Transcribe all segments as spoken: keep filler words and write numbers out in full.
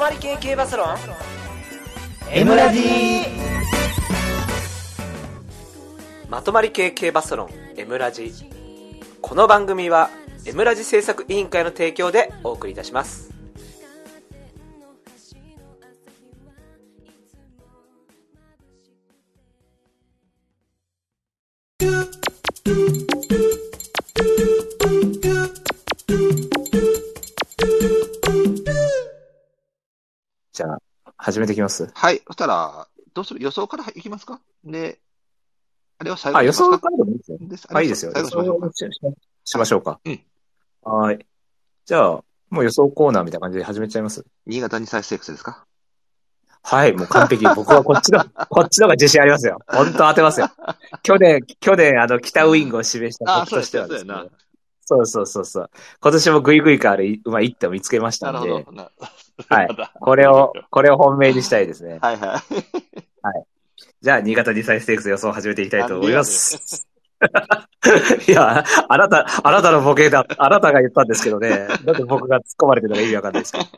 まり系系バスロン M ラジ。 まとまり系系バスロン M ラジ。この番組は M ラジ制作委員会の提供でお送りいたします。じゃあ始めていきます。 はい。そしたら、どうする？予想からいきますか？で、あれは最後あ、予にしますか？ 想からでもいいですよ。 ですはい、いいですよ。 最後にしましょうか。 予想しましょうか。 うん。 はい。じゃあ、もう予想コーナーみたいな感じで始めちゃいます。 新潟に再生ですか？ はい、もう完璧。僕はこっちの、こっちの方が自信ありますよ。本当当てますよ。去年、去年、あの、北ウイングを指名した僕としてはですね。そうそうそうそう。今年もグイグイ感ある馬一頭見つけましたんで。 なるほど。なはい。これを、これを本命にしたいですね。 はいはい。 はい。じゃあ、新潟に歳ステークス予想を始めていきたいと思います。いや、あなた、あなたのボケだ、あなたが言ったんですけどね。なんで僕が突っ込まれてるのか意味わかんないですけど。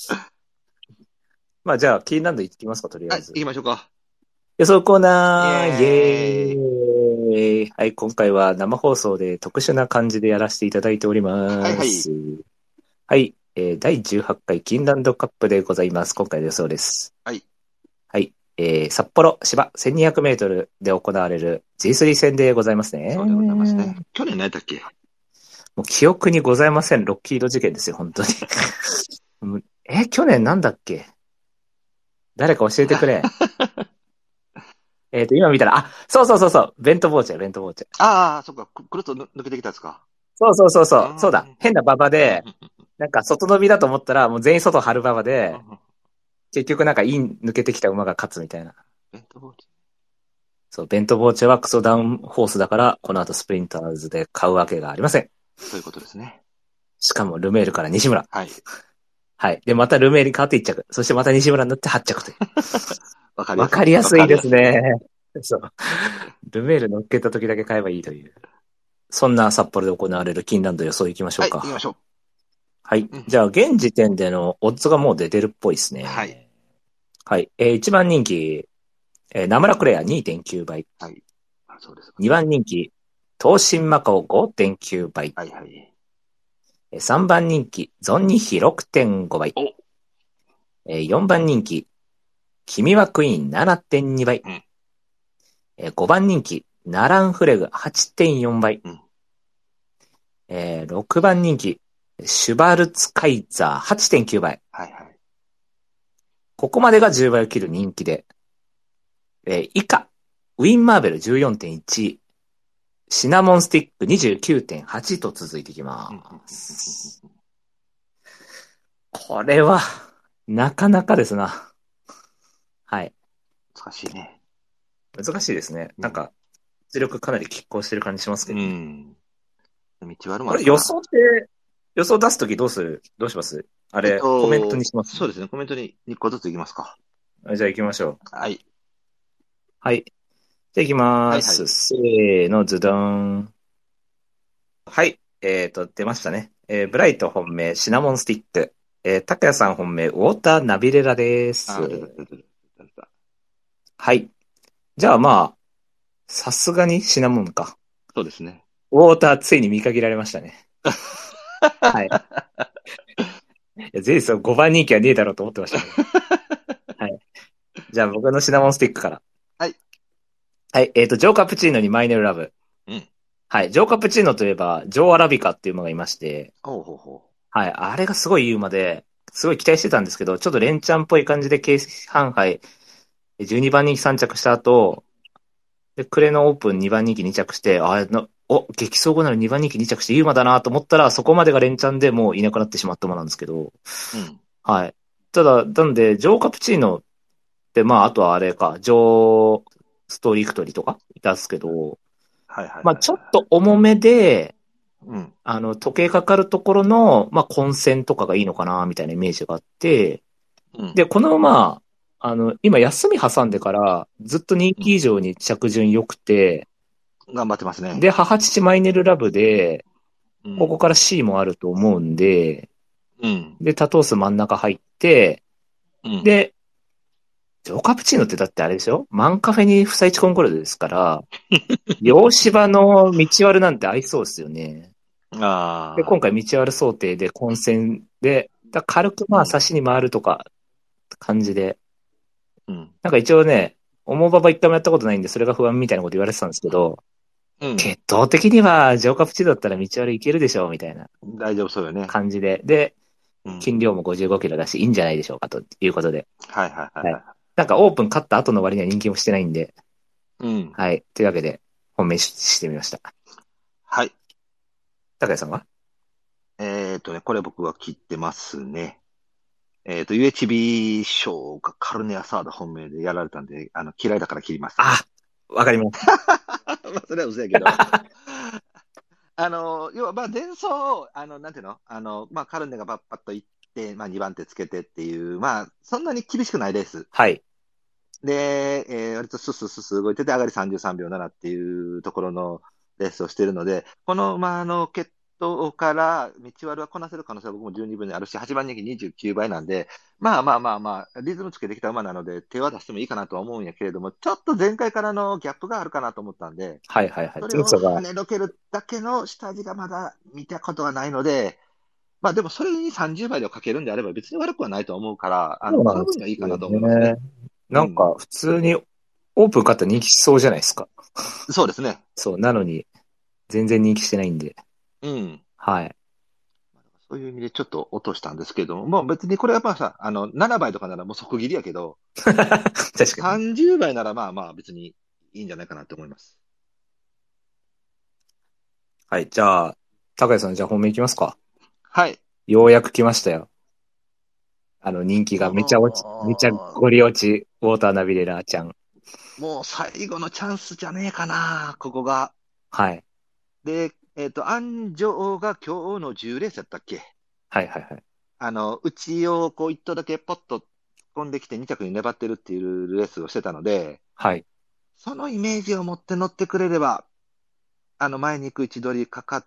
まあ、じゃあ、キーランド行きますか、とりあえず。 はい、行きましょうか。 予想コーナー、イイエェーイ。はい、今回は生放送で特殊な感じでやらせていただいております。 はいはい。 はい、えー、だいじゅうはちかいキーランドカップでございます。今回の予想です。 はい。 はい、えー、札幌芝せんにひゃくメートルで行われる ジースリー 戦でございますね。 そうでございますね。去年何だっけ？ もう記憶にございません。ロッキード事件ですよ、本当に。え、去年なんだっけ？誰か教えてくれ。えっと、今見たら、あ、そうそうそうそう、ベントボーチェ、ベントボーチェ。 ああ、そっか、くるっと抜けてきたやつか。 そうそうそうそう、 うんそうだ、変な馬場で、なんか外伸びだと思ったら、もう全員外張る馬場で、結局なんかイン抜けてきた馬が勝つみたいな。 ベントボーチェ。 そう、ベントボーチェはクソダウンホースだから、この後スプリンターズで買うわけがありません。 そういうことですね。 しかもルメールから西村。 はい。 はい。で、またルメールに変わっていっ着。そしてまた西村になってはっ着という。 わかわかりやすいですね。そう。ルメール乗っけた時だけ買えばいいという。そんな札幌で行われるキーランド予想行きましょうか。 はい、行きましょう。 はい。じゃあ、現時点でのオッズがもう出てるっぽいですね。 はい。 はい。えー、いちばん人気、えー、ナムラクレア にてんきゅう 倍。 はい。あ、そうですか。 にばん人気、東進マカオ ごてんきゅう 倍。 はいはい。 さんばん人気、ゾンニヒ ろくてんご 倍。 おえー、よんばん人気、君はクイーン ななてんに 倍。 うんえー、ごばん人気、ナランフレグ はちてんよん 倍。 うんえー、ろくばん人気、シュバルツカイザー はちてんきゅう 倍。 はいはい。 ここまでがじゅうばいを切る人気で、えー、以下、ウィンマーベル じゅうよんてんいち、シナモンスティック にじゅうきゅうてんはち と続いていきます。これは、なかなかですな。はい。 難しいね。 難しいですね。なんか、実力かなり拮抗してる感じしますけど、ね。うん。 道悪もあるから。これ予想って、予想出すときどうする？どうします？あれ、えっと、コメントにします、 ね。そうですね。コメントにいっこずついきますか。 じゃあ行きましょう。 はい。 はい。じゃあ行きまーす。はいはい、せーの、ズドーン。はい。えっと、出ましたね。えー、ブライト本命、シナモンスティック。えー、タカヤさん本命、ウォーターナビレラです。はい。じゃあまあ、さすがにシナモンか。 そうですね。 ウォーターついに見限られましたね。はい。いや、ゼイソンごばん人気はねえだろうと思ってましたね。はい。じゃあ僕のシナモンスティックから。 はい。 はい。えっ、ー、と、ジョーカプチーノにマイネルラブ。 うん。 はい。ジョーカプチーノといえば、ジョーアラビカっていう馬がいまして。 ほうほうほう。 はい。あれがすごいいい馬で、すごい期待してたんですけど、ちょっと連チャンっぽい感じで、京阪杯、じゅうにばん人気さん着した後、で、クレノオープンにばん人気に着して、あれの、お、激走後ならにばん人気に着していい馬だなと思ったら、そこまでが連チャンでもういなくなってしまった馬なんですけど。うん。はい。ただ、なんで、ジョーカプチーノって、まあ、あとはあれか、ジョーストリクトリとかいたっすけど、 はいはい、はい。 まあ、ちょっと重めで、 うん。 あの、時計かかるところの、まあ、混戦とかがいいのかな、みたいなイメージがあって、うん、で、この馬、あの、今休み挟んでから、ずっと人気以上に着順良くて、 うん、頑張ってますね。 で、母父マイネルラブで、ここから C もあると思うんで、うん、で、タトース真ん中入って、 うん。 で、ジョーカプチーノってだってあれでしょ、マンカフェにフサイチコンコルドですから、洋芝の道悪なんて合いそうですよね。で、 ああ、 今回道悪想定で混戦で、だ軽くまあうん。 差しに回るとか感じで、 うん。 なんか一応ね、重馬場一回もやったことないんで、それが不安みたいなこと言われてたんですけど、 うん。 血統的にはジョーカプチーノだったら道悪いけるでしょうみたいな大丈夫そうよね。 感じで、で、 うん。 斤量もごじゅうごキロだし、いいんじゃないでしょうかということで。 はいはいはいはい。 はなんかオープン勝った後の割には人気もしてないんで、 い。うん。 はい。というわけで、本命ししてみました。 はい。 高谷さんは？ えっとね、これ僕は切ってますね。えっと、ユーエイチビー 賞がカルネアサーダ本命でやられたんで、あの、嫌いだから切りました。 あ、わかります。 まあ、それは嘘やけど。あの、要は、まあ、前走を、あの、なんていうのあの、まあ、カルネがパッパッと行って、まあ、にばん手つけてっていう、まあ、そんなに厳しくないレース。 はい。 で、えー割とスッスッスッス動いてて、上がりさんじゅうさんびょうななっていうところのレースをしているので、この馬の決闘から道割はこなせる可能性は僕も十二分にあるし、はちばん人気にじゅうきゅうばいなんで、まあまあまあまあ、リズムつけてきた馬なので、手は出してもいいかなとは思うんやけれども、ちょっと前回からのギャップがあるかなと思ったんで、 はいはいはい。 それを前走が、 跳ねのけるだけの下地がまだ見たことがないので、まあでもそれにさんじゅうばいでかけるんであれば別に悪くはないと思うから、あの、 そうなんで買う分にはいいかなすよと思いますね。 ね。 うん。 なんか、普通にオープン勝ったら人気しそうじゃないですか。 そうですね。 そう、なのに、全然人気してないんで。 うん。 はい。 そういう意味でちょっと落としたんですけども、まあ別にこれはまあさ、あの、ななばいとかならもう即切りやけど、 確かに。 さんじゅうばいならまあまあ別にいいんじゃないかなと思います。 はい。じゃあ、高谷さん、じゃあ本命いきますか。 はい。 ようやく来ましたよ。あの、人気がめちゃ落ち、めちゃもゴリ落ち、ウォーターナビレラーちゃん。 う、もう最後のチャンスじゃねえかな、ここが。 はい。 で、えっと、安城が今日のじゅうレースやったっけ？ はいはいはい。 あの、内をこう一頭だけポッと突っ込んできてに着に粘ってるっていうレースをしてたので、 はい。 そのイメージを持って乗ってくれれば、あの、前に行く位置取りかかって、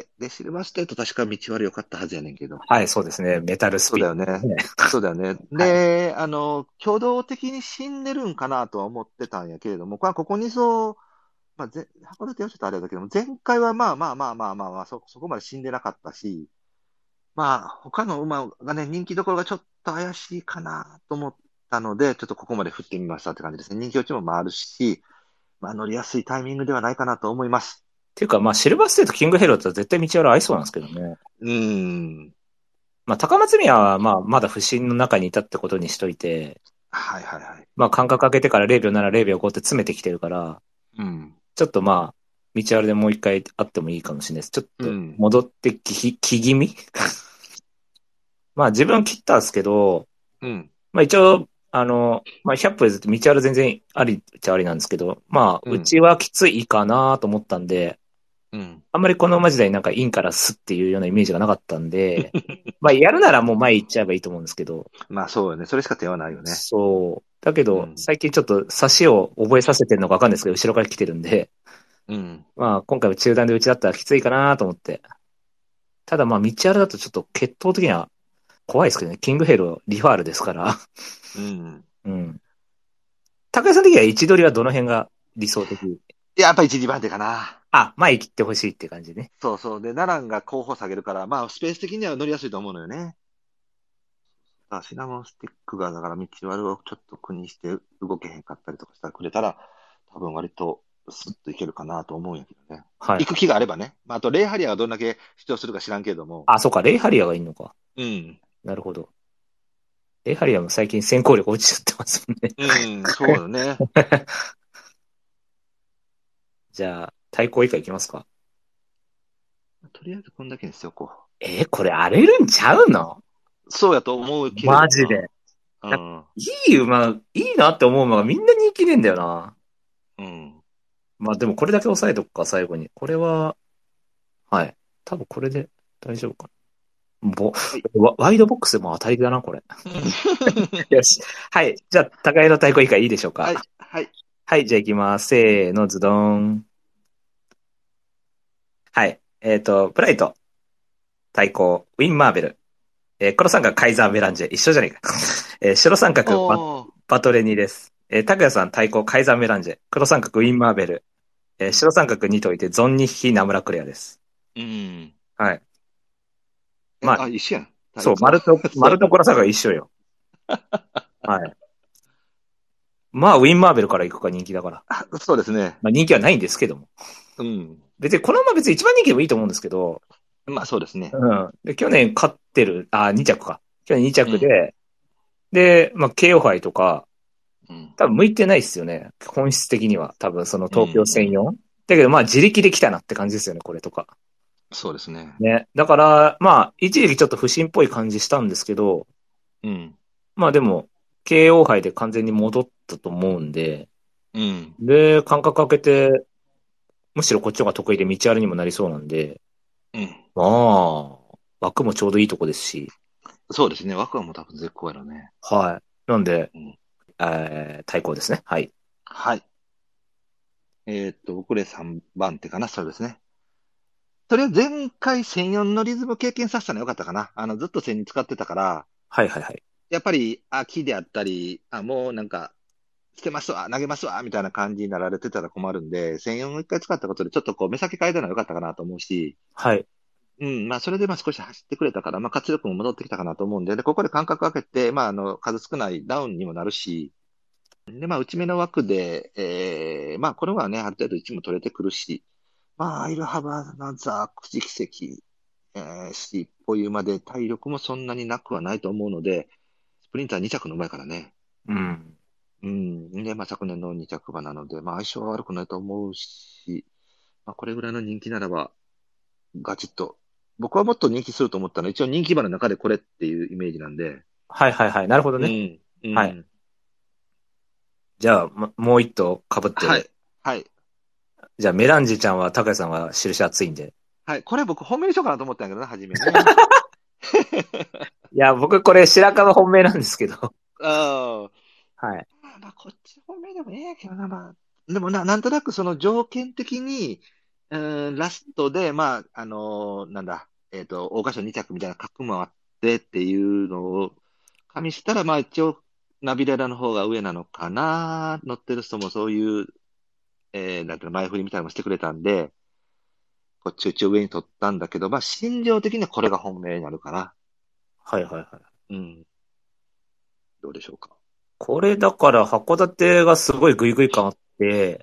で、シルバーステート確か道悪良かったはずやねんけど。 はい、そうですね。メタルスそうピン。 だよね。 ね。 そうだよね。 はい。 で、あの、挙動的に死んでるんかなとは思ってたんやけれども、これはここにそう、まあ、ぜ、函館はちょっとあれだけども、前回はまあまあまあまあまあまあ、そ、そこまで死んでなかったし、まあ、他の馬がね、人気どころがちょっと怪しいかなと思ったので、ちょっとここまで振ってみましたって感じですね。人気落ちも回るし、まあ乗りやすいタイミングではないかなと思います。 っていうか、まあ、シルバーステート、キングヘローだったら絶対道悪合いそうなんですけどね。 うーん。 まあ、高松宮は、まあ、まだ不振の中にいたってことにしといて、 はいはいはい。 まあ、間隔空けてかられいびょうなな、れいびょうごって詰めてきてるから、 うん。 ちょっとまあ、道悪でもう一回あってもいいかもしれないです。ちょっとうん。 戻ってき、き気味まあ、自分切ったんですけど、 うん。 まあ一応、あの、まあひゃっぷ譲って道ある全然ありっちゃありなんですけど、まあ、 うん。 うちはきついかなと思ったんで、 うん。 あんまりこの馬時代になんかインからスっていうようなイメージがなかったんで、まあやるならもう前行っちゃえばいいと思うんですけど、 まあそうよね。それしか手はないよね。 そう。だけど、 うん。 最近ちょっと差しを覚えさせてるのかわかんないですけど、後ろから来てるんで、 うん。 まあ今回は中段でうちだったらきついかなと思って。ただまあ道あるだとちょっと血統的には怖いですけどね。キングヘイローリファールですから。 うん。 うん。高井さん的には位置取りはどの辺が理想的？ やっぱりいち、にばん手かな。 あ、前切ってほしいって感じね。 そうそう。で、ナランが候補下げるから、まあスペース的には乗りやすいと思うのよね。だからシナモンスティックが、だから道悪をちょっと苦にして動けへんかったりとかしたらくれたら、多分割とスッといけるかなと思うんやけどね。 はい。 行く気があればね。まあ、あと、レイハリアがどんだけ主張するか知らんけれども。 あ、そうか、レイハリアがいいのか。 うん。 なるほど。レイハリアも最近先行力落ちちゃってますもんね。 うん、そうよね。 じゃあ、対抗以下いきますか。 とりあえずこんだけにしておこえーこれ荒れるんちゃうの？ う。そうやと思うけれどもな。 マジで。なんかうん。 いい馬、いいなって思う馬がみんな人気ねえんだよな。 うん。 まあでもこれだけ押さえとくか、最後に。これは、はい。多分これで大丈夫かな。ボ、 はい。 ワワイドボックスでも当たりだな、これ。よし。はい。じゃあ、高井の対抗以下いいでしょうか。 はい。はい。 はい、じゃあ行きます。せーの、ズドン。はい。えっと、プライト、対抗、ウィン・マーベル。 えー黒三角カイザーメランジェ。一緒じゃねえか。えー白三角バ、 おー。 バトレニです。えー、拓也さん対抗カイザーメランジェ。黒三角ウィンマーベル。えー白三角にといてゾンニッヒナムラクレアです。 うん。 はい。 え、 まあ、 あ、一緒やん。対そう、 抗。 丸と、 そう。 丸と黒三角一緒よ。はい。まあ、ウィンマーベルから行くか人気だから。 あそうですね。 まあ人気はないんですけども。 うん。 別にこのまま別に一番人気でもいいと思うんですけど、 まあそうですね。 うん。で、去年勝ってる、あ、に着か。去年にうん。 着で、で、まあ、ケーオー 杯とか、 うん。 多分向いてないですよね。本質的には。多分そのうん。う東京専ん。 用。だけどまあ自力で来たなって感じですよね、これとか。 そうですね。 ね。だから、まあ、一時期ちょっと不審っぽい感じしたんですけど、 うん。 まあでも、ケーオー 杯で完全に戻ったと思うんで、 うん。 で、間隔空けて、むしろこっちの方が得意で道あるにもなりそうなんで、 うん。 まあ、枠もちょうどいいとこですし、 そうですね。枠はもう多分絶好やろね。 はい。なんで、 うん。 えー、対抗ですね。はい。 はい。えーっと、僕でさんばん手かな。そうですね。それは前回せんよんのリズム経験させたのよかったかな。あの、ずっとせんに使ってたから、 はいはいはい。 やっぱり秋であったり、あ、もうなんか、来てますわ、投げますわ、みたいな感じになられてたら困るんで、せんよんを一回使ったことで、ちょっとこう、目先変えたのは良かったかなと思うし、 はい。 うん、まあ、それでまあ少し走ってくれたから、まあ、活力も戻ってきたかなと思うんで、で、ここで間隔空けて、まあ、あの、数少ないダウンにもなるし、で、まあ、内目の枠で、えー、まあ、これはね、ある程度位置も取れてくるし、まあ、アイルハバナザー、くじ奇跡、えー、シーポユまで体力もそんなになくはないと思うので、スプリンターに着の前からね。 うん。 うん。で、まあ、昨年のに着馬なので、まあ、相性は悪くないと思うし、まあ、これぐらいの人気ならば、ガチッと。僕はもっと人気すると思ったのは、一応人気馬の中でこれっていうイメージなんで。 はいはいはい。なるほどね。 うん。うはい。 ん。 じゃあ、ももう一頭被ってる。 はい。はい。 じゃあ、メランジちゃんは、高谷さんは印厚いんで。 はい。これ僕本命にしようかなと思ったんやけどな、初めね。 いや、僕これ白樺本命なんですけど。 あはい。 あ。まあ、こっち本命でもええやけどな、まあ。でもな、なんとなくその条件的に、うーん、ラストで、まあ、あのーなんだ、えっと、桜花賞に着みたいな角もあってっていうのを加味したら、まあ一応、ナビレラの方が上なのかな。乗ってる人もそういう、えー、なんていうの、前振りみたいなのもしてくれたんで、こっち一応上に取ったんだけど、まあ心情的にはこれが本命になるかな。 はいはいはい。 うん。どうでしょうか。 これだから函館がすごいグイグイ感あって、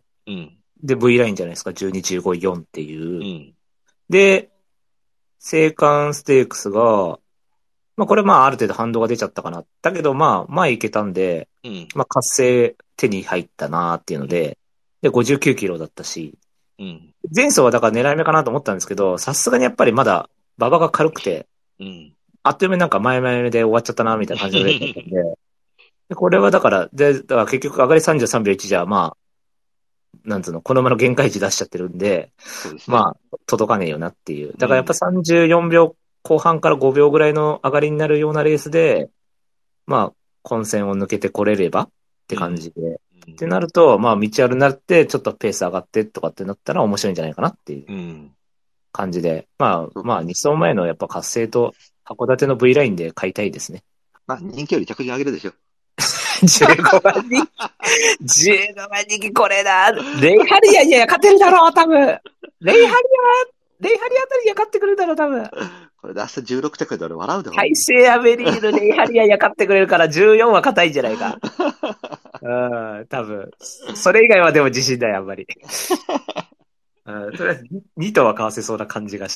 うん。 で V ラインじゃないですか。じゅうに、じゅうご、よんっていう。 うん。 で、青函ステークスが、まあこれまあある程度反動が出ちゃったかな。だけどまあ前行けたんで、 うん。 まあ活性手に入ったなっていうのうん。 で、でごじゅうきゅうキロだったし、 うん。 前走はだから狙い目かなと思ったんですけど、さすがにやっぱりまだ馬場が軽くて、 うん。 あっという間になんか前々で終わっちゃったなみたいな感じのレースだったんで、でこれはだから、で、だから結局上がりさんじゅうさんびょういちじゃ、まあ、なんつうの、この馬の限界値出しちゃってるんで、 そうですね。 まあ、届かねえよなっていう。だからやっぱうん。 さんじゅうよんびょうこう半からごびょうぐらいの上がりになるようなレースで、まあ、混戦を抜けてこれればってうん。 感じで。ってうん。 なると、まあ、道あるになって、ちょっとペース上がってとかってなったら面白いんじゃないかなっていううん。 感じで。まあ、 そうまあ、に走前のやっぱ活性と函館の V ラインで買いたいですね。 まあ、人気より着順上げるでしょ。 じゅうごばん人気、じゅうごばん人気これだ。レイハリアいや、勝てるだろう、多分。レイハリア、レイハリアあたりや勝ってくれるだろう、多分。 これで明日じゅうろく着で俺笑うで、ほん大まに。 西アベリール、レイハリアや勝ってくれるからじゅうよんは硬いんじゃないか。うん、多分。それ以外はでも自信ない、あんまり。うん、とりあえずに頭はかわせそうな感じがした。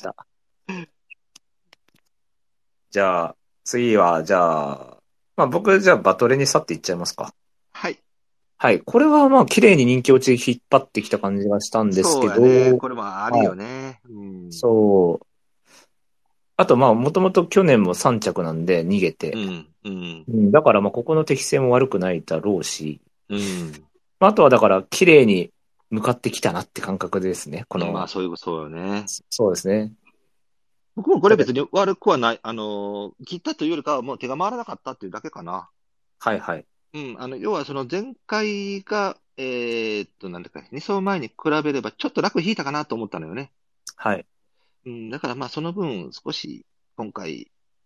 じゃあ、次は、じゃあ、まあ僕、じゃあバトレに去っていっちゃいますか。 はい。 はい。これはまあ綺麗に人気落ち引っ張ってきた感じがしたんですそうけやね。 ど、 これもあるはい。 よね。うん。 そう。あとまあもともと去年もさん着なんで逃げて。 うん。うん。 うん、だからまあここの適性も悪くないだろうし、 うん。 まああとはだから綺麗に向かってきたなって感覚ですね。この、 まあ、そういう、そうよね。 そうですね。 僕もこれだけ別に悪くはない。あのー、切ったというよりかはもう手が回らなかったっていうだけかな。 はいはい。 うん。あの、要はその前回が、えーっと、なんだか、に走前に比べればちょっと楽引いたかなと思ったのよね。 はい。 うん。だからまあその分少し今回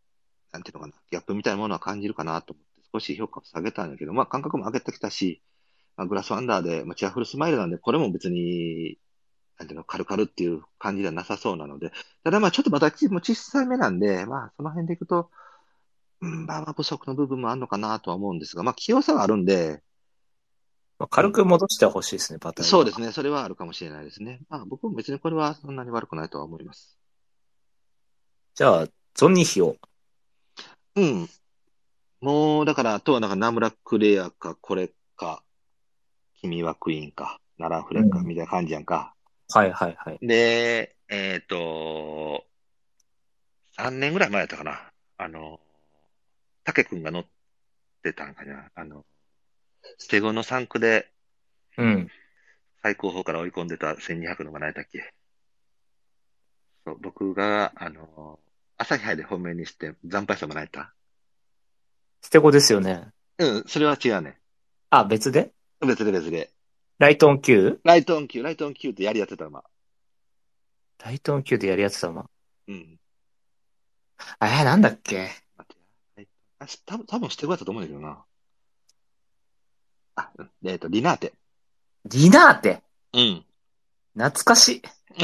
なんていうのかな、ギャップみたいなものは感じるかなと思って、少し評価を下げたんだけど、まあ感覚も上げてきたし、まあ、グラスワンダーで、まあ、チアフルスマイルなんで、これも別に、なんていうの、カルカルっていう感じではなさそうなので、ただまあちょっとまだちもう小さい目なんで、まあその辺でいくと、うん、まあまあ不足の部分もあるのかなとは思うんですが、まあ器用さがあるんで、 まあ、 うん、 軽く戻してほしいですね、馬体は。 そうですね、それはあるかもしれないですね。まあ僕も別にこれはそんなに悪くないとは思います。 じゃあ、ゾンニヒを。 うん。もう、だから、あとはなんかナムラクレアか、これか、君はクイーンか、ナランフレンか、 うん。 みたいな感じやんか。 はいはいはい。 で、えっと、さんねんぐらい前やったかな。あの、タケ君が乗ってたんかな。あの、ステゴのさん区でうん。 最高峰から追い込んでたせんにひゃくのが何やったっけ。そう、僕が、あの、朝日杯で本命にして惨敗したのも何やった。 捨て子ですよね。 うん、それは違うね。 あ、別で別で別で。 ライトオン Q？ ライトオン Q、ライトオン Q ってやりやってた馬。 ライトオン Q でやるやつだもん。 うん。 あれ、なんだっけ？ 待ってや。はい、あ、多分、多分してこやったと思うんだけどな。あ、うんえっと、リナーテ。 リナーテ。 うん。 懐かし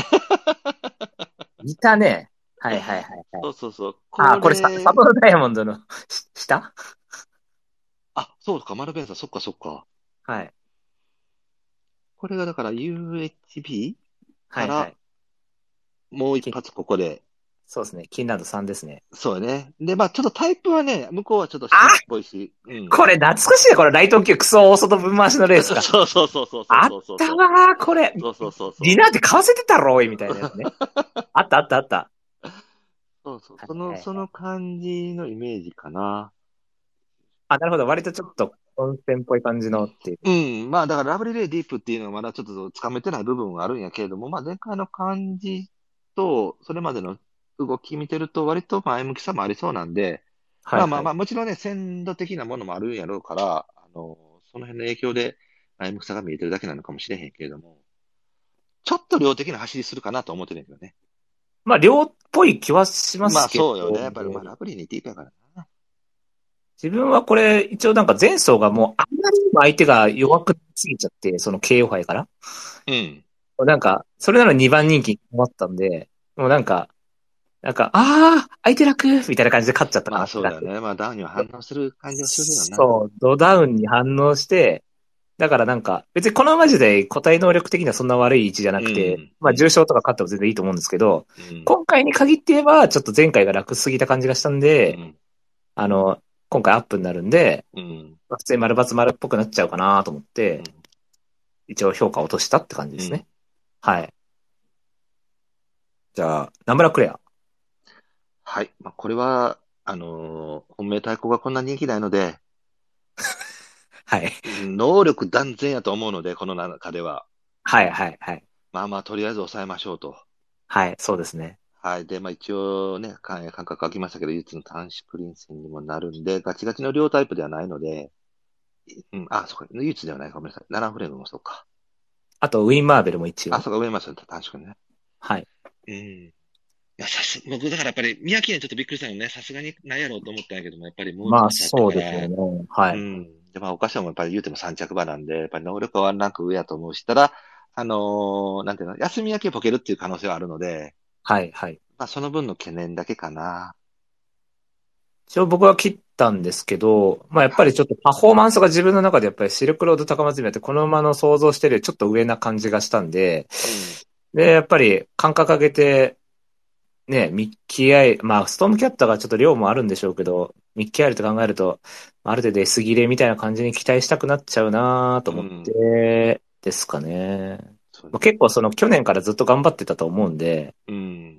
い。いたね。はいはいはいはい。 そうそうそう。 あ、 ここれサ、サれ、 トルダイヤモンドのし下。 あ、そうか、マルベンサ、そっかそっか。 はい。 これがだから ユーエイチビー からはいはい。 もう一き発ここで。 そうですね。キンランドさんですね。 そうね。で、まあちょっとタイプはね、向こうはちょっとシティっあ、 ぽいし。うん。 これ懐かしいね。これライトオン Q クソ大外分回しのレースか。 そうそうそうそうそうあっそうそうそう。 たわー、これ。 そうそうそうそう。 リナーテ買わせてたろ、おい、みたいなやつね。あったあったあった。 そうそう。 はいその、そのはいはい。 感じのイメージかな。 あ、なるほど。割とちょっと温泉っぽい感じのっていう。 うん。まあだからラブリーレイディープっていうのはまだちょっとつかめてない部分はあるんやけれども、まあ前回の感じと、それまでの動き見てると割と前向きさもありそうなんで、 はいはい。 まあまあまあ、もちろんね、鮮度的なものもあるんやろうから、あの、その辺の影響で前向きさが見えてるだけなのかもしれへんけれども、ちょっと量的な走りするかなと思ってるんだけどね。 まあ、量っぽい気はしままあすけど、 そうよね。やっぱりまあラブリーにディープやからな。 自分はこれ、一応なんか前走がもうあんまりにも相手が弱くすぎちゃって、その ケーオー 杯から。 うん。 なんか、それなのににばん人気になったんで、もうなんか、なんか、ああ、相手楽みたいな感じで勝っちゃったかまあなって感じ。 そうだよね。まあダウンには反応する感じはするよな。 そう、ドダウンに反応して、だからなんか、別にこの馬自体個体能力的にはそんな悪い位置じゃなうくて、 ん。 まあ重賞とか勝っても全然いいと思うんですけど、 うん。 今回に限って言えば、ちょっと前回が楽すぎた感じがしたんで、 うん。 あの、今回アップになるんで、 うん。 まあ普通に丸×丸っぽくなっちゃうかなと思って、 うん。 一応評価を落としたって感じですね。 うん。 はい。じゃあ、ナムラクレア。 はい。まあこれは、あのー本命対抗がこんな人気ないので、 はい。 うん能力断然やと思うので、この中では。 はい、はい、はい。 まあまあ、とりあえず抑えましょうと。 はい、そうですね。 はい。で、まあ一応ね、か間隔空きましたけど、唯一の短縮臨戦にもなるんで、ガチガチの両タイプではないので、うん、あ、そこ、唯一ではないかごめんなさい。ナランフレームもそうか。 あと、ウィン・マーベルも一あ、 応。 そうか、上ました、短縮ね。 はい。 うん。いや、さす、僕、だからやっぱり、宮城園ちょっとびっくりしたのね。さすがにないやろうと思ったんやけども、やっぱりもうまあ、 一つあったそうですよから、 ね。はい。 うん。で、まあ、お菓子もやっぱり言うても三着馬なんで、やっぱり能力はワンランク上やと思うしたら、あのーなんていうの、休み明けポケるっていう可能性はあるので、 はい、はい。 まあ、その分の懸念だけかな。 一応僕は切ったんですけど、まあやっぱはい。 りちょっとパフォーマンスが自分の中でやっぱりシルクロード高松宮ってこの馬の想像してるよりちょっと上な感じがしたんで、 うん。 で、やっぱり間隔上げて、ね、ミッキーアイ、まあストームキャッターがちょっと量もあるんでしょうけど、ミッキーアイルと考えると、ある程度 S 切れみたいな感じに期待したくなっちゃうなと思っうん。 て、ですかね。 そうね。 まあ結構その去年からずっと頑張ってたと思うんで、 うん。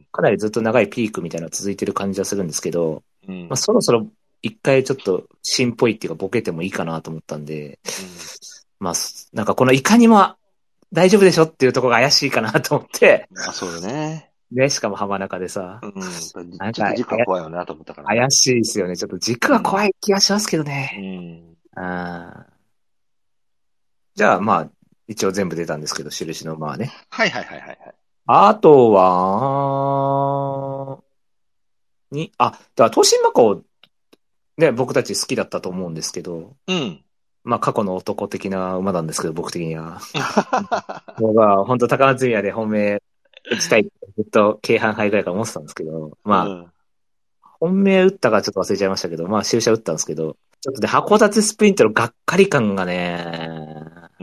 かなりずっと長いピークみたいなの続いてる感じはするんですけど、まあ、 うん。 そろそろ一回ちょっと芯っぽいっていうかボケてもいいかなと思ったんで、 うん。 まあ、なんかこのいかにも大丈夫でしょっていうところが怪しいかなと思って、 まあ、そうよね。 ね、しかも浜中でさ、 うん。やっぱりなんちょっと軸はかあや怖いよなと思ったからね。 怪しいですよね。ちょっと軸は怖うん。 い気がしますけどうね。 ん。 あーじゃあまあ、一応全部出たんですけど、印の馬はね。 はいはいはいはいはい。 あとは、に、あ、だから東進馬コね、僕たち好きだったと思うんですけど、 うん。 まあ過去の男的な馬なんですけど、僕的には。僕は本当高松宮で本命打ちたいってずっと京阪杯ぐらいから思ってたんですけど、まあ、 うん。 本命打ったかちょっと忘れちゃいましたけど、まあ終車打ったんですけど、ちょっとで函館スプリントのがっかり感がね、 うん。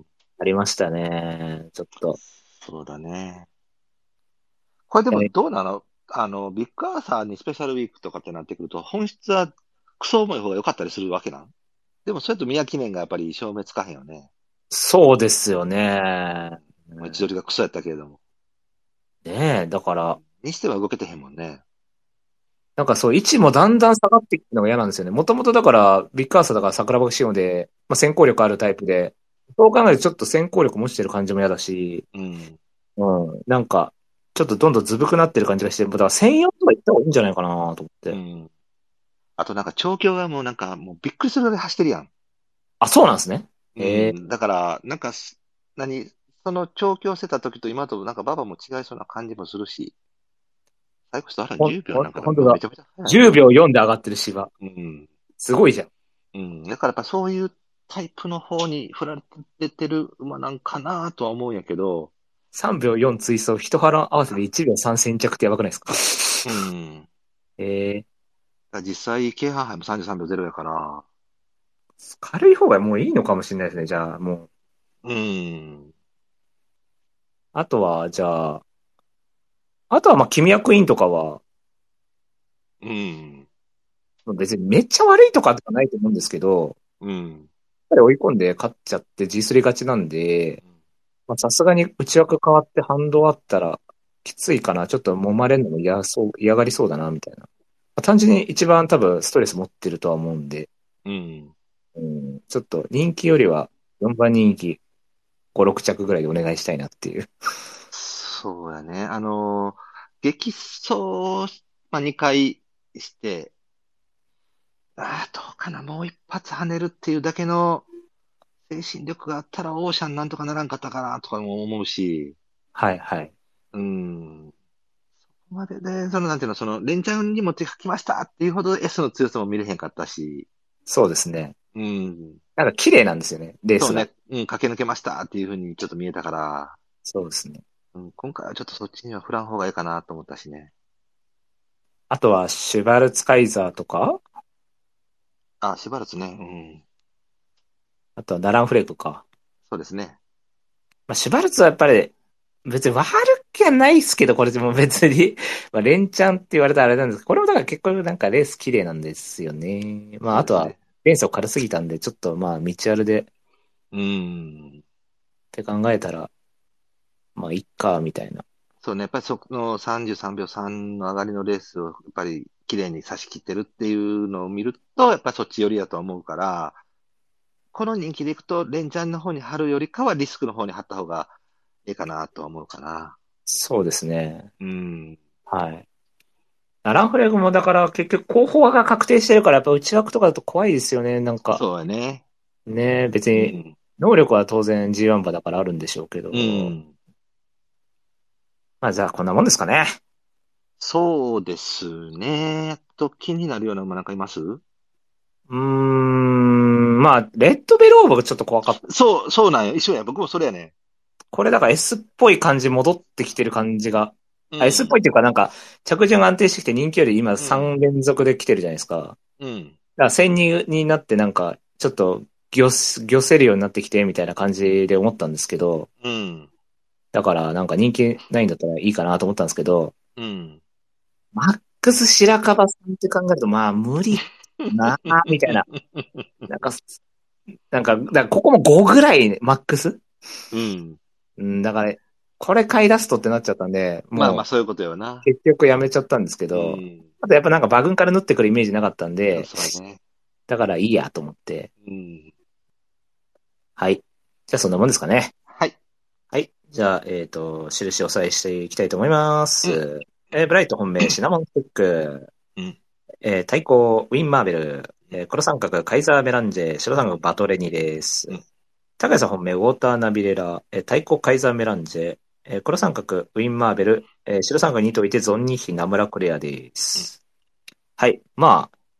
ありましたね。ちょっと。 そうだね。これでもどうなのあの、ビッグアーサーにスペシャルウィークとかってなってくると、本質はクソ重い方が良かったりするわけなんでも、それと宮記念がやっぱり証明つかへんよね。 そうですよね。 まあ、位置取りがクソやったけれども。 ねえ、だから、 にしては動けてへんもんね。 なんかそう、位置もだんだん下がっていくのが嫌なんですよね。もともとだから、ビッグアーサーだから桜庭仕様で、まあ、先行力あるタイプで、そう考えるとちょっと先行力持ちてる感じも嫌だし、 うん。 うん、なんか、ちょっとどんどんずぶくなってる感じがして、だから専用とか行った方がいいんじゃないかなと思って。 うん。あとなんか調教がもうなんかもうびっくりするぐらい走ってるやん。 あ、そうなんですね。 うええ、 ん。だから、なんかす、何、その調教してた時と今となんか馬場も違いそうな感じもするし、最後ストあらほん、 じゅうびょうほん、 なんかでほんとだ。 もめちゃめちゃ速い 10 な。 秒よんで上がってる芝。 うん。 すごいじゃん。 うん。だからやっぱそういうタイプの方に振られてる馬なんかなとは思うんやけど、 さんびょうよん追走、一腹合わせていちびょうさん先着ってやばくないですか？ うん。 ええ、 実際、京阪杯もさんじゅうさんびょうゼロやから、 軽い方がもういいのかもしれないですね、じゃあ、もう。 うん。 あとは、じゃあ、あとはまあ、君役員とかは、 うん。 別にめっちゃ悪いとかとかないと思うんですけど、やっうん。 ぱり追い込んで勝っちゃって G スリー 勝ちなんで、まあ、さすがに内枠変わって反動あったら、きついかな。ちょっと揉まれるのも嫌そう、嫌がりそうだな、みたいな。まあ、単純に一番多分ストレス持ってるとは思うんで、 うん。 うん、ちょっと人気よりはよんばん人気ご、ろく着ぐらいでお願いしたいなっていう。 そうやね。あの、激走、まあ、にかいして、ああ、どうかな、もう一発跳ねるっていうだけの精神力があったらオーシャンなんとかならんかったかなとかも思うし、 はいはい。 うん。そこまでで、そのなんていうの、その、連チャンに持ってきましたっていうほど S の強さも見れへんかったし、 そうですね。 うん。 なんか綺麗なんですよね、レースが。 そうね、うん、駆け抜けましたっていうふうにちょっと見えたから、 そうですね。 うん、今回はちょっとそっちには振らん方がいいかなと思ったしね。 あとはシュバルツカイザーとか、 あ、しばらくね、うん。 あとはナランフレークか。 そうですね。 まあ、シュバルツはやっぱり、別に悪気はないですけど、これでも別に、まあ、連チャンって言われたらあれなんですけど、これもだから結構なんかレース綺麗なんですよね。まあ、あとは、 そうですね。 レースを軽すぎたんで、ちょっとまあ、道あるでっうん。 て考えたら、まあ、いっか、みたいな。 そうね、やっぱりそのさんじゅうさんびょうさんの上がりのレースをやっぱり綺麗に差し切ってるっていうのを見ると、やっぱりそっち寄りだと思うから、この人気でいくと、レンチャンの方に貼るよりかはリスクの方に貼った方がいいかなとは思うかな。 そうですね。 うん。 はい。ナランフレークもだから結局候補が確定してるから、やっぱ内枠とかだと怖いですよね。なんか、 そうやね。 ね、別に、 うん。 能力は当然 ジーワン 馬だからあるんでしょうけうど、 ん。 まあじゃあこんなもんですかね。 そうですね。あと気になるような馬なんかいますうーん、まあ、レッドベルオーブがちょっと怖かった。 そう、そうなんよ。一緒や。僕もそれやね。 これだから S っぽい感じ戻ってきてる感じが。あ、S っぽいうん。 っていうかなんか、着順が安定してきて人気より今うん。 さん連続で来てるじゃないですか。だかうん。 ら戦にになってなんか、ちょっと、魚す、魚せるようになってきてみたいな感じで思ったんですけど、 うん。 だからなんか人気ないんだったらいいかなと思ったんですけど、 うん。 マックス白樺さんって考えるとまあ無理な、みたいな。なんか、なんか、だからここもごぐらい、ね、マックスうん。 うん、だから、これ買い出すとってなっちゃったんで、 まあまあ、 もそういうことよな。 う結局やめちゃったんですけうど、 ん。 あとやっぱなんか馬群から縫ってくるイメージなかったんで、 そうやね。 だからいいやと思って、 うん。 はい。じゃあそんなもんですかね。 はい。 はい。じゃあ、えっと、印をおさえしていきたいと思いまうん。 す。えーブライト本命、シナモンスティック、 うん。 えー対抗、ウィン・マーベル、 うん。 えー黒三角、カイザー・メランジェ、白三角、バトレニです。 うん。 高谷さん本命、ウォーター・ナビレラ、えー対抗、カイザー・メランジェ、えー黒三角、ウィン・マーベル、えー白三角にといて、ゾンニヒ、ナムラ・クレアでうん。 す。はい。まあ、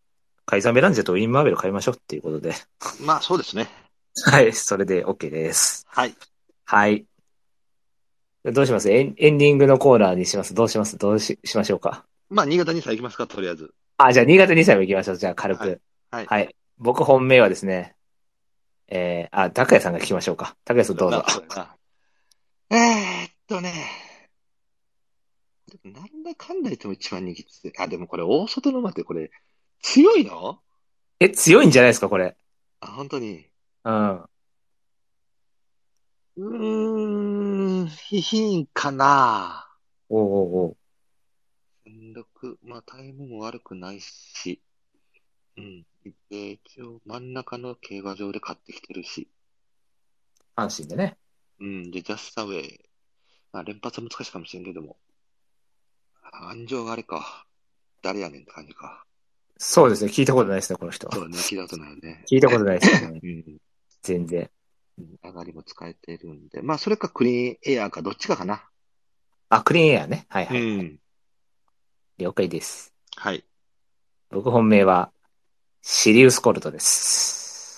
カイザーメランジェとウィン・マーベル買いましょうっていうことで。 まあ、そうですね。 はい、それで OK です。 はい。 はい。どうしますエン、エンディングのコーナーにしますどうしますどうし、しましょうか？ まあ、新潟にさん行きますか、とりあえず。 あ、じゃあ、新潟にさいも行きましょう。じゃあ、軽はい。 く。 はい。 はい。僕本命はですね、えー、あ、拓也さんが聞きましょうか。拓也さんどうぞ。 そうやな、そうやな。えーっとね、なんだかんだ言っても一番人気って、あ、でもこれ大外の馬ってこれ強いの？ え、強いんじゃないですか、これ。 あ、本当に。 うん。 うーん、ひひんかな。 おうおうおう。 戦力、まあタイムも悪くないし、うん。で、一応真ん中の競馬場で買ってきてるし、 阪神でね。 うん。で、ジャスタウェイ、まあ連発は難しいかもしれんけども、安城があれか。誰やねんって感じか。 そうですね。聞いたことないですね、この人。 そうね、聞いたことないよね。 聞いたことないですね。 うん。 全然。 うん上がりも使えてるんで、まあそれかクリーンエアーかどっちかかな。 あ、クリーンエアね。はいはいはい。 うん。 了解です。 はい。 僕本命は、シリウスコルトです。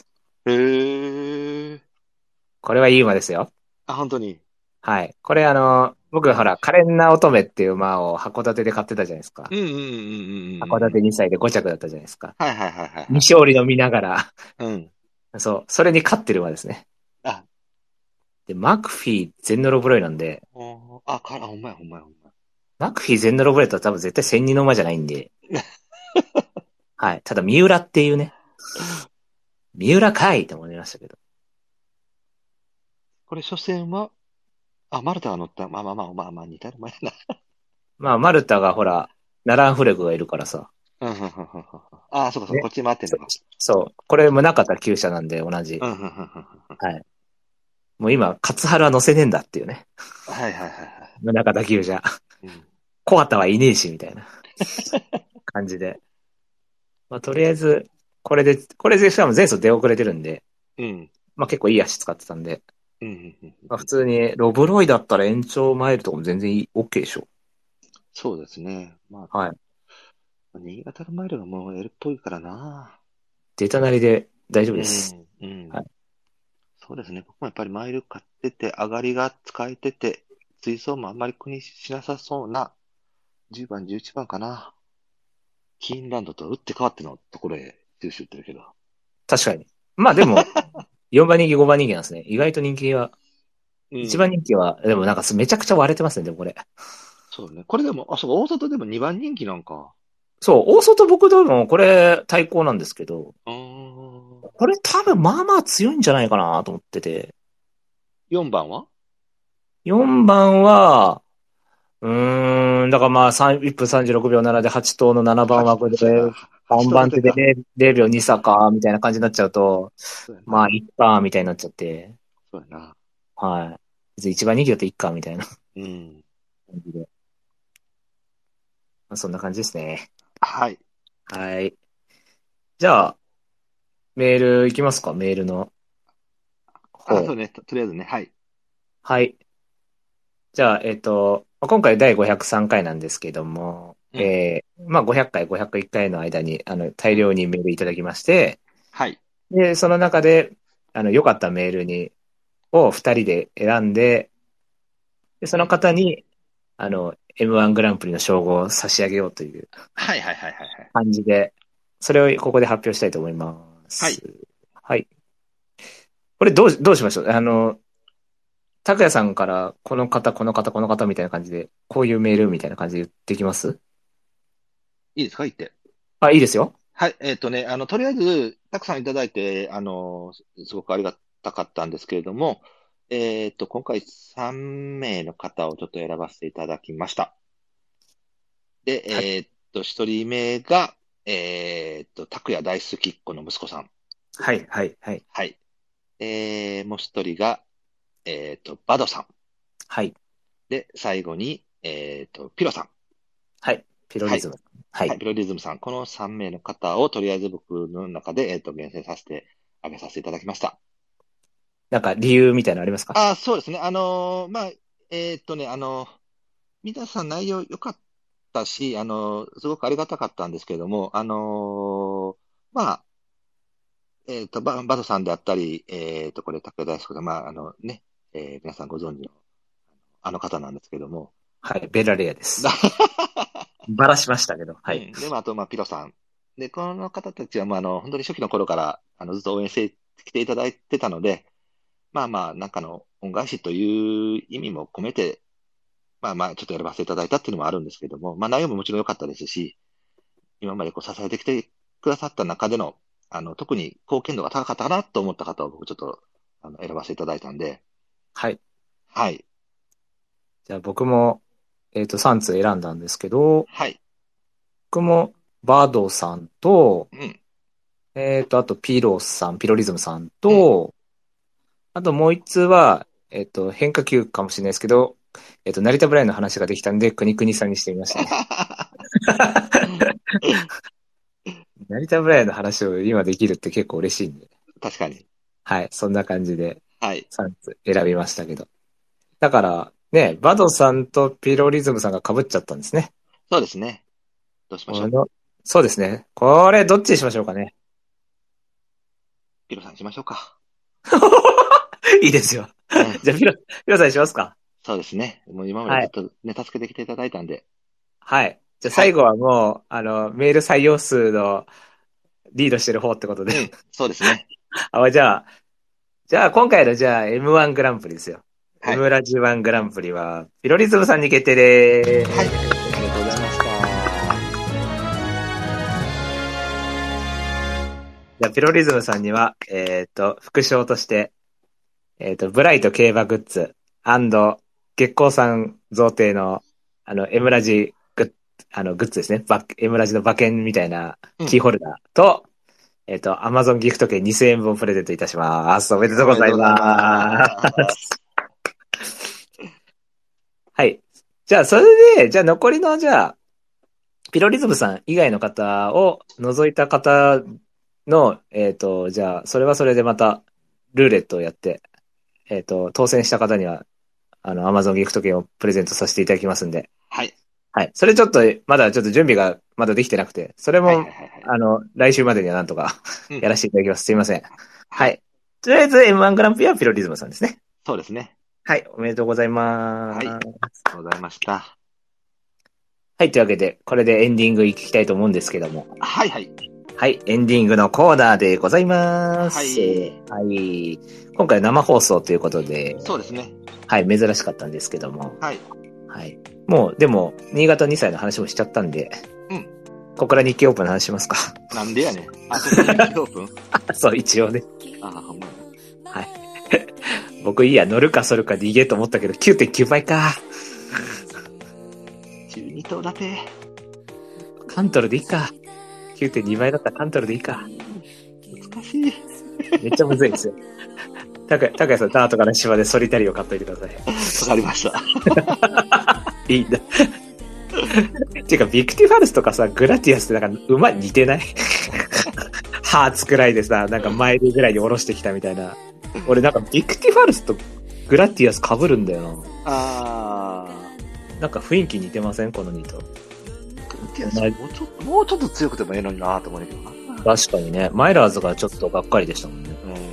へえ。 これはいい馬ですよ。 あ、本当に。 はい。これあの、僕ほら、可憐な乙女っていう馬を函館で買ってたじゃないですか。 うんうんうんうんうんうん。 函館にさいでご着だったじゃないですか。 はいはいはいはいは未勝利の見ながら、 い。うん。 そう、それに勝ってる馬ですね。 あ、 で、マクフィー、ゼンノロブロイなんで、 おーあ、か、あ、ほんまやほんまやほんまマクフィー、ゼンノロブロイとは多分絶対千二の馬じゃないんで、 や。 はい。ただ、三浦っていうね、三浦かいと思いましたけど。 これ、初戦は、あ、マルタが乗った。まあまあまあまあまあ、似たようなもんやまあ、マルタがほら、ナランフレグがいるからさ。 な。うん、うん、うん、うん。あ、そうかそうか、 ね。 こっち回ってんそのか。 そう。これ、宗像厩舎なんで同じ。 うん、うん、うん、うん。うんはい。もう今、勝原は乗せねえんだっていうね。 はいはいはいはい。 宗像厩舎。 うん。 小畑はいねえし、みたいな感じで。まあ、とりあえず、これで、これでしかも前走出遅れてるんで、 うん。 まあ結構いい足使ってたんで、 うん、うん、うん。 まあ普通にロブロイだったら延長マイルとかも全然いい、OK でしょ。 そうですね。まはい。 あ、新潟のマイルがもう L っぽいからな。 出たなりで大丈夫うです。 ん、うん。 はい。 そうですね。ここもやっぱりマイル買ってて、上がりが使えてて、追走もあんまり苦にしなさそうなじゅうばん、じゅういちばんかな。キーンランドと打って変わってのところへ収集ってるけど。 確かに。まあでも、よんばん人気、ごばん人気なんですね。意外と人気は、いちばんうん。 人気は、でもなんかめちゃくちゃ割れてますね、でもこれ。 そうね。これでも、あ、そうか、大外でもにばん人気なんか。 そう、大外僕でもこれ対抗なんですけど、 うーん。 これ多分まあまあ強いんじゃないかなと思ってて。 よんばんはよんばんは、うーん、だからまあさんいっぷんさんじゅうろくびょうななではち頭のななばんはち、 枠で、 そうやな。はちさんばん手でと待てか。 れい、れいびょうに差か、みたいな感じになっちゃうと、 そうやまあ、 な。 いっか、みたいになっちゃって、 そうやな。 はい。別に一番人気だといっか、みたいなうん。 感じで。まあ、そんな感じですね。 はい。 はい。じゃあ、メールいきますかメールのあ、そ方。 うね。と、とりあえずね。はい。 はい。じゃあ、えっと、まあ今回だいごひゃくさんかいなんですけども、 うん。 えー、まあごひゃっかい、ごひゃくいっかいの間に、あの、大うん。 量にメールいただきまして、 はい。 で、その中で、あの、良かったメールに、をふたりで選んで、で、そのうん。 方に、あの、エムワン グランプリの称号を差し上げようというはいはいはいはいはい。 感じで、それをここで発表したいと思いまはい。 す。はい。これどう、どうしましょうあの、拓也さんから、この方、この方、この方みたいな感じで、こういうメールみたいな感じで言ってきますいいですか言って。 あ、いいですよ。 はい。えっとね、あの、とりあえず、たくさんいただいて、あの、すすごくありがたかったんですけれども、えっと、今回さん名の方をちょっと選ばせていただきました。で、 はい。 えっと、ひとりめが、えっと、拓也大好きっ子の息子さん。 はい、はい、はい。 はい。えー、もう一人が、えっと、バドさん。 はい。 で、最後に、えっと、ピロさん。 はい。ピロはい。 リズム。ははい、 い。 ピロリズムさん。このさん名の方をとりあえず僕の中で、えっと、厳選させて、あげさせていただきました。 なんか理由みたいなのありますか？ あ、そうですね。あのーまあ、えーっとね、あの皆さん内容良かったし、あのすごくありがたかったんですけれども、あのまあ、えっ、と、バ、バトさんであったり、えっ、と、これ、武田大輔さん、まあ、あのね、えー皆さんご存知の、あの方なんですけども。 はい、ベラレアです。バラしましたけど、はい。 うん、で、まあ、あと、まあ、ピロさん。で、この方たちは、まあ、あの、本当に初期の頃から、あの、ずっと応援してきていただいてたので、まあまあ、なんかの恩返しという意味も込めて、まあまあ、ちょっとやらせていただいたっていうのもあるんですけども、まあ内容ももちろん良かったですし、今までこう支えてきてくださった中での、あの、特に貢献度が高かったかなと思った方を僕ちょっと、あの、選ばせていただいたんで、 はい。 はい、 じゃあ僕も、えっと、さん通選んだんですけど、 はい、 僕もバドさんと、 うん、 えっと、あとピロさん、ピロリズムさんうん。 と、あともう一通は、えっと、変化球かもしれないですけど、えっと、成田ブラインの話ができたんで、国国さんにしてみましたね。成田ブラインの話を今できるって結構嬉しいんで。 確かに。 はい、そんな感じではい、 さん通選びましたけど。だから、ね、バドさんとピロリズムさんが被っちゃったんですね。 そうですね。どうしましょう。 この、そうですね。これ、どっちにしましょうかね。 ピロさんにしましょうか。 いいですよ。 うん、 じゃあ、ピロ、ピロさんにしますか。 そうですね。もう今まではい。 ずっとね、助けてきていただいたんで。 はい。じゃあ、 はい。 最後はもう、あの、メール採用数のリードしてる方ってことで。 うん、そうですね。 あ、じゃあ、じゃあ、今回の、じゃあ、エムワン グランプリですよ。 はい。 M ラジワングランプリは、ピロリズムさんに決定ではい。 ーす。 ありがとうございました。 じゃあ、ピロリズムさんには、えっと、副賞として、えっと、ブライト競馬グッズ、月光さん贈呈の、あの、M ラジグッ、あの、グッズですね。バ M ラジの馬券みたいなうん。 キーホルダーと、えっと、Amazon ギフト券にせんえん分プレゼントいたします。おめでとうおめでとうございございます。 ます。 はい。じゃあ、それで、じゃあ残りの、じゃあ、ピロリズムさん以外の方を除いた方の、えっと、じゃあ、それはそれでまた、ルーレットをやって、えっと、当選した方には、あの、Amazon ギフト券をプレゼントさせていただきますんで、 はい。 はい。それちょっと、まだちょっと準備がまだできてなくて、それはいはも、 いはいはい。 あの、来週までにはなんとかうん。 やらせていただきます。すいません。 はい。 はい。とりあえず エムワン グランプリはピロリズムさんですね。 そうですね。 はい。おめでとうございまはい。ありす。 がとうございました。 はい。というわけで、これでエンディングいきたいと思うんですけども。 はいはい。 はい。エンディングのコーナーでございまはす。 い。 はい。今回生放送ということで、 そうですね。 はい。珍しかったんですけども。 はい。 はい。もう、でも、新潟にさいの話もしちゃったんで、 うん。 ここから日記オープンの話しますか。 なんでやねん。あ、そこに日記オープンそう、一応ね。 あ、ほんまや。 はい。僕いいや、乗るかそるかで逃げと思ったけど、きゅうてんきゅうばいか。 じゅうに頭立て。 カントルでいいか。きゅうてんにばいだったらカントルでいいか。 難しい。 めっちゃむずいですよ。たか、たかやさん、ダートから芝でソリタリを買っといてください。 わかりました。 いいんだ。ていうか、ビクティファルスとかさ、グラティアスってなんか馬似てないハーツくらいでさ、なんかマイルぐらいに下ろしてきたみたいな。俺なんかビクティファルスとグラティアス被るんだよな。 あなんか雰囲気似てませんこのに頭。 ー。いや、もうちょっと、もうちょっと強くてもええのになと思うんだけどな。 確かにね。マイラーズがちょっとがっかりでしたもんね。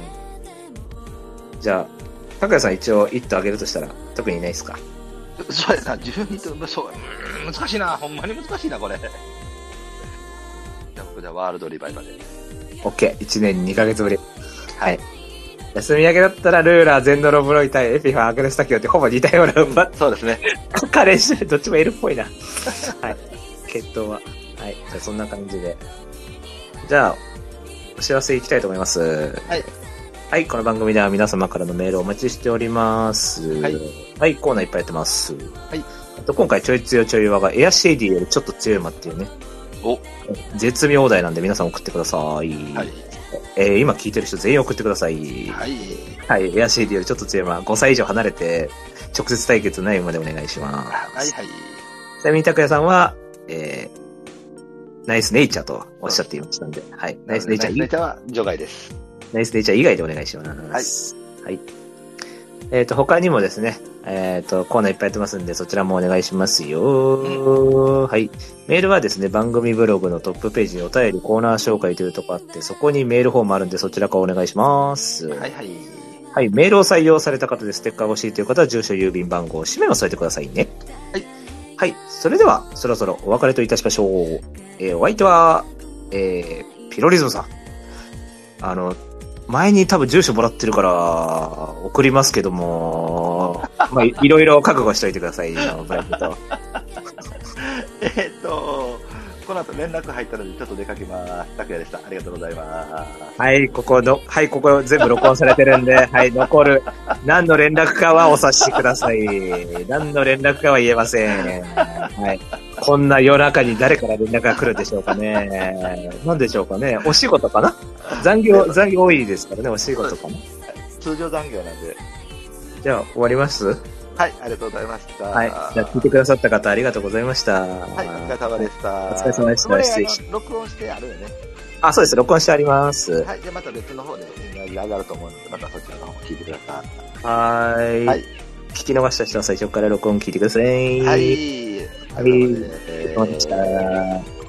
うじゃあ、高谷さん一応一頭あげるとしたら特にいないですか？ ん。そうやな、じゅうに頭、そう、うーん難しいな。ほんまに難しいな、これ。じゃあ僕じゃあワールドリバイバルで。 OK。いちねんにかげつぶり。 ははい。休み明けだったらルーラー、ゼンドロブロイ対エピファン、アグネスタキオってほぼ似たような馬。 そうですね。 カレーしてどっちも L っぽいな。はい。決闘は。はい。じゃあそんな感じで。じゃあ、お知らせいきたいと思います。 はい。 はい。この番組では皆様からのメールをお待ちしております。 はい。 はい。コーナーいっぱいやってます。 はい。 あと今回ちょい強いちょい弱がエアシェイディよりちょっと強い馬っていうね。 お。 絶妙題なんで皆さん送ってください。 はい。 えー、今聞いてる人全員送ってください。 はい。 はい。エアシーディよりちょっと強い馬、ごさい以上離れて、直接対決ない馬でお願いします。 はいはい。 ちなみに拓也さんは、えー、ナイスネイチャーとおっしゃっていましたんで、はい。ナイスネイチャー以外、 ナイスネイチャーは除外です。 ナイスネイチャー以外でお願いします。はい。はい。えっ、と、他にもですね、 えっ、と、コーナーいっぱいやってますんで、そちらもお願いしますよ、うん。はい。メールはですね、番組ブログのトップページにお便りコーナー紹介というとこあって、そこにメールフォームあるんで、そちらからお願いします。 はいはい。 はい。メールを採用された方でステッカー欲しいという方は、住所、郵便番号、氏名を添えてくださいね。 はい。 はい。それでは、そろそろお別れといたしましょう。えー、お相手は、えー、ピロリズムさん。あの、前に多分住所もらってるから送りますけども、まあ、いろいろ覚悟しといてくださいよ、プライベート。 えっと、この後連絡入ったのでちょっと出かけます。拓也でした。ありがとうございます。 はい、ここの、はい、ここ全部録音されてるんで、はい、残る、何の連絡かはお察しください。何の連絡かは言えません。はい。こんな夜中に誰から連絡が来るでしょうかね。何でしょうかね。お仕事かな？残業、残業多いですからね、お仕事かな。 通常残業なんで。 じゃあ、終わります？ はい、ありがとうございました。 はい。じゃあ、聞いてくださった方、ありがとうございました。はい、 お疲れ様でした。 お疲れ様でした。失礼します。 録音してあるよね。 あ、そうです。録音してあります。 はい。じゃあ、また別の方で上がると思うので、またそちらの方も聞いてください。 はーい。はい。聞き逃した人は最初から録音聞いてください。はい。 はい。 はい。お疲れ様でした。